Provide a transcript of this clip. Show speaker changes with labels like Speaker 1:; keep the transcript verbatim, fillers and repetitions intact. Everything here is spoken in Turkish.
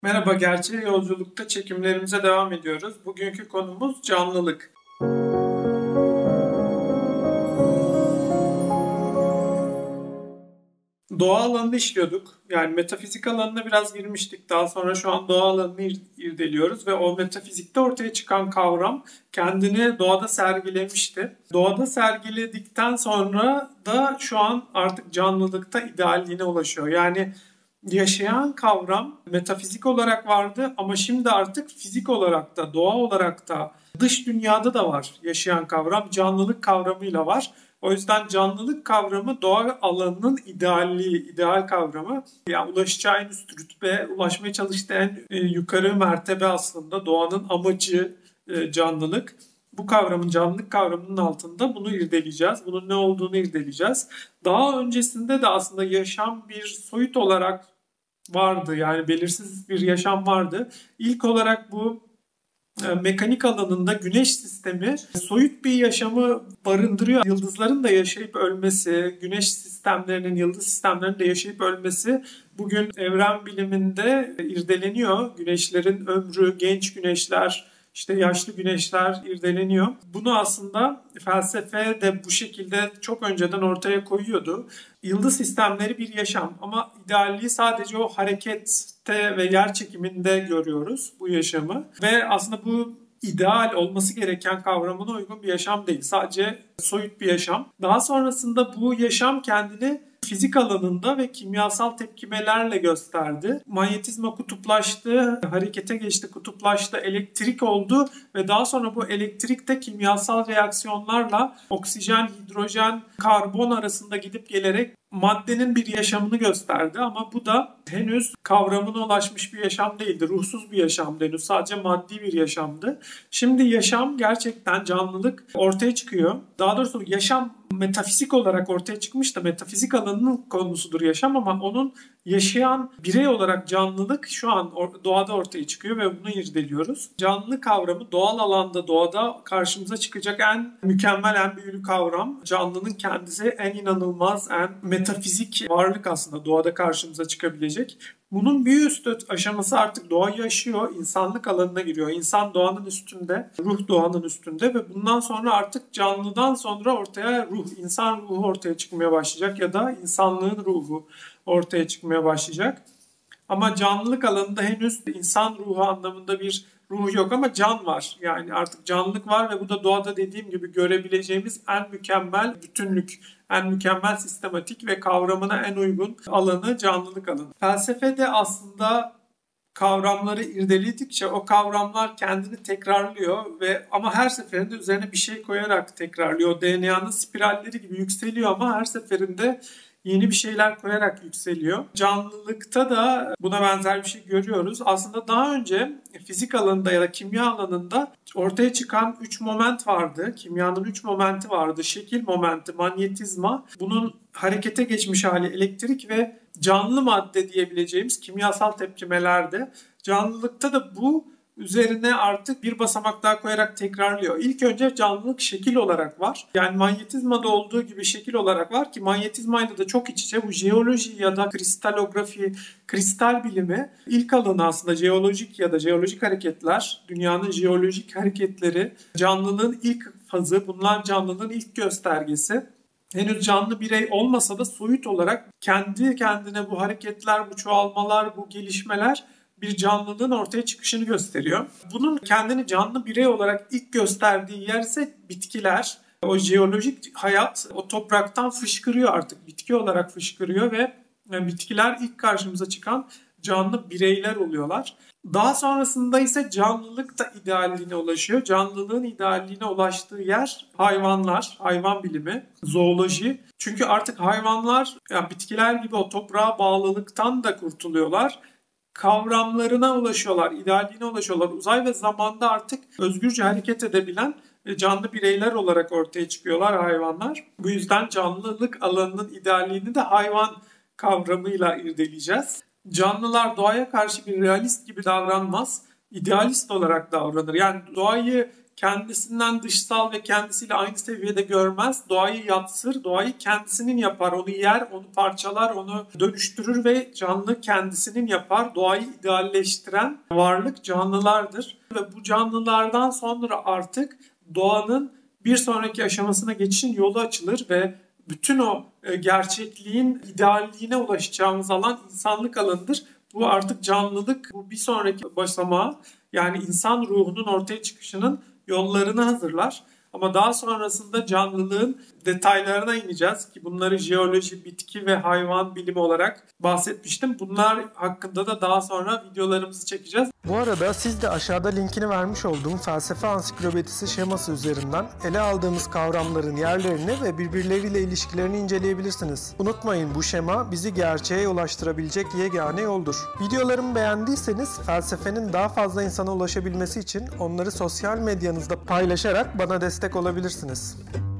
Speaker 1: Merhaba, gerçeğe yolculukta çekimlerimize devam ediyoruz. Bugünkü konumuz canlılık. Doğa alanını işliyorduk. Yani metafizik alanına biraz girmiştik. Daha sonra şu an doğa alanını ir- irdeliyoruz ve o metafizikte ortaya çıkan kavram kendini doğada sergilemişti. Doğada sergiledikten sonra da şu an artık canlılıkta idealliğine ulaşıyor. Yani yaşayan kavram metafizik olarak vardı ama şimdi artık fizik olarak da doğa olarak da dış dünyada da var yaşayan kavram, canlılık kavramıyla var. O yüzden canlılık kavramı doğa alanının idealliği, ideal kavramı. Yani ulaşacağı en üst rütbe, ulaşmaya çalıştığı en e, yukarı mertebe aslında doğanın amacı e, canlılık. Bu kavramın, canlılık kavramının altında bunu irdeleyeceğiz. Bunun ne olduğunu irdeleyeceğiz. Daha öncesinde de aslında yaşam bir soyut olarak vardı. Yani belirsiz bir yaşam vardı. İlk olarak bu e, mekanik alanında güneş sistemi soyut bir yaşamı barındırıyor. Yıldızların da yaşayıp ölmesi, güneş sistemlerinin, yıldız sistemlerinin de yaşayıp ölmesi bugün evren biliminde irdeleniyor. Güneşlerin ömrü, genç güneşler, işte yaşlı güneşler irdeleniyor. Bunu aslında felsefe de bu şekilde çok önceden ortaya koyuyordu. Yıldız sistemleri bir yaşam ama idealliği sadece o harekette ve yer çekiminde görüyoruz bu yaşamı. Ve aslında bu ideal olması gereken kavramına uygun bir yaşam değil. Sadece soyut bir yaşam. Daha sonrasında bu yaşam kendini fizik alanında ve kimyasal tepkimelerle gösterdi. Manyetizma kutuplaştı, harekete geçti, kutuplaştı, elektrik oldu ve daha sonra bu elektrikte kimyasal reaksiyonlarla oksijen, hidrojen, karbon arasında gidip gelerek maddenin bir yaşamını gösterdi ama bu da henüz kavramına ulaşmış bir yaşam değildi. Ruhsuz bir yaşamdı henüz. Sadece maddi bir yaşamdı. Şimdi yaşam gerçekten canlılık ortaya çıkıyor. Daha doğrusu yaşam metafizik olarak ortaya çıkmış da metafizik alanının konusudur yaşam ama onun yaşayan birey olarak canlılık şu an doğada ortaya çıkıyor ve bunu irdeliyoruz. Canlılık kavramı doğal alanda doğada karşımıza çıkacak en mükemmel, en büyülü kavram. Canlının kendisi en inanılmaz, en metafizik varlık aslında doğada karşımıza çıkabilecek. Bunun bir üst aşaması artık doğayı aşıyor, insanlık alanına giriyor. İnsan doğanın üstünde, ruh doğanın üstünde ve bundan sonra artık canlıdan sonra ortaya ruh, insan ruhu ortaya çıkmaya başlayacak ya da insanlığın ruhu ortaya çıkmaya başlayacak. Ama canlılık alanında henüz insan ruhu anlamında bir ruh yok ama can var. Yani artık canlılık var ve bu da doğada dediğim gibi görebileceğimiz en mükemmel bütünlük, en mükemmel sistematik ve kavramına en uygun alanı canlılık alanı. Felsefede aslında kavramları irdeledikçe o kavramlar kendini tekrarlıyor ve ama her seferinde üzerine bir şey koyarak tekrarlıyor. D N A'nın spiralleri gibi yükseliyor ama her seferinde yeni bir şeyler koyarak yükseliyor. Canlılıkta da buna benzer bir şey görüyoruz. Aslında daha önce fizik alanında ya da kimya alanında ortaya çıkan üç moment vardı. Kimyanın üç momenti vardı. Şekil momenti, manyetizma. Bunun harekete geçmiş hali elektrik ve canlı madde diyebileceğimiz kimyasal tepkimelerde. Canlılıkta da bu üzerine artık bir basamak daha koyarak tekrarlıyor. İlk önce canlılık şekil olarak var. Yani manyetizmada olduğu gibi şekil olarak var ki manyetizmayla da çok iç içe. Bu jeoloji ya da kristalografi, kristal bilimi ilk alanı aslında jeolojik ya da jeolojik hareketler, dünyanın jeolojik hareketleri, canlılığın ilk fazı, bunlar canlılığın ilk göstergesi. Henüz canlı birey olmasa da soyut olarak kendi kendine bu hareketler, bu çoğalmalar, bu gelişmeler bir canlılığın ortaya çıkışını gösteriyor. Bunun kendini canlı birey olarak ilk gösterdiği yer ise bitkiler. O jeolojik hayat o topraktan fışkırıyor artık. Bitki olarak fışkırıyor ve bitkiler ilk karşımıza çıkan canlı bireyler oluyorlar. Daha sonrasında ise canlılık da idealliğine ulaşıyor. Canlılığın idealliğine ulaştığı yer hayvanlar, hayvan bilimi, zooloji. Çünkü artık hayvanlar yani bitkiler gibi o toprağa bağlılıktan da kurtuluyorlar. Kavramlarına ulaşıyorlar, idealliğine ulaşıyorlar. Uzay ve zamanda artık özgürce hareket edebilen canlı bireyler olarak ortaya çıkıyorlar hayvanlar. Bu yüzden canlılık alanının idealliğini de hayvan kavramıyla irdeleyeceğiz. Canlılar doğaya karşı bir realist gibi davranmaz, idealist olarak davranır. Yani doğayı kendisinden dışsal ve kendisiyle aynı seviyede görmez. Doğayı yatsır, doğayı kendisinin yapar. Onu yer, onu parçalar, onu dönüştürür ve canlı kendisinin yapar. Doğayı idealleştiren varlık canlılardır. Ve bu canlılardan sonra artık doğanın bir sonraki aşamasına geçişin yolu açılır ve bütün o gerçekliğin idealliğine ulaşacağımız alan insanlık alanıdır. Bu artık canlılık, bu bir sonraki basamağı, yani insan ruhunun ortaya çıkışının yollarını hazırlar. Ama daha sonrasında canlılığın detaylarına ineceğiz ki bunları jeoloji, bitki ve hayvan bilimi olarak bahsetmiştim. Bunlar hakkında da daha sonra videolarımızı çekeceğiz.
Speaker 2: Bu arada siz de aşağıda linkini vermiş olduğum felsefe ansiklopedisi şeması üzerinden ele aldığımız kavramların yerlerini ve birbirleriyle ilişkilerini inceleyebilirsiniz. Unutmayın, bu şema bizi gerçeğe ulaştırabilecek yegane yoldur. Videolarımı beğendiyseniz felsefenin daha fazla insana ulaşabilmesi için onları sosyal medyanızda paylaşarak bana destek olabilirsiniz.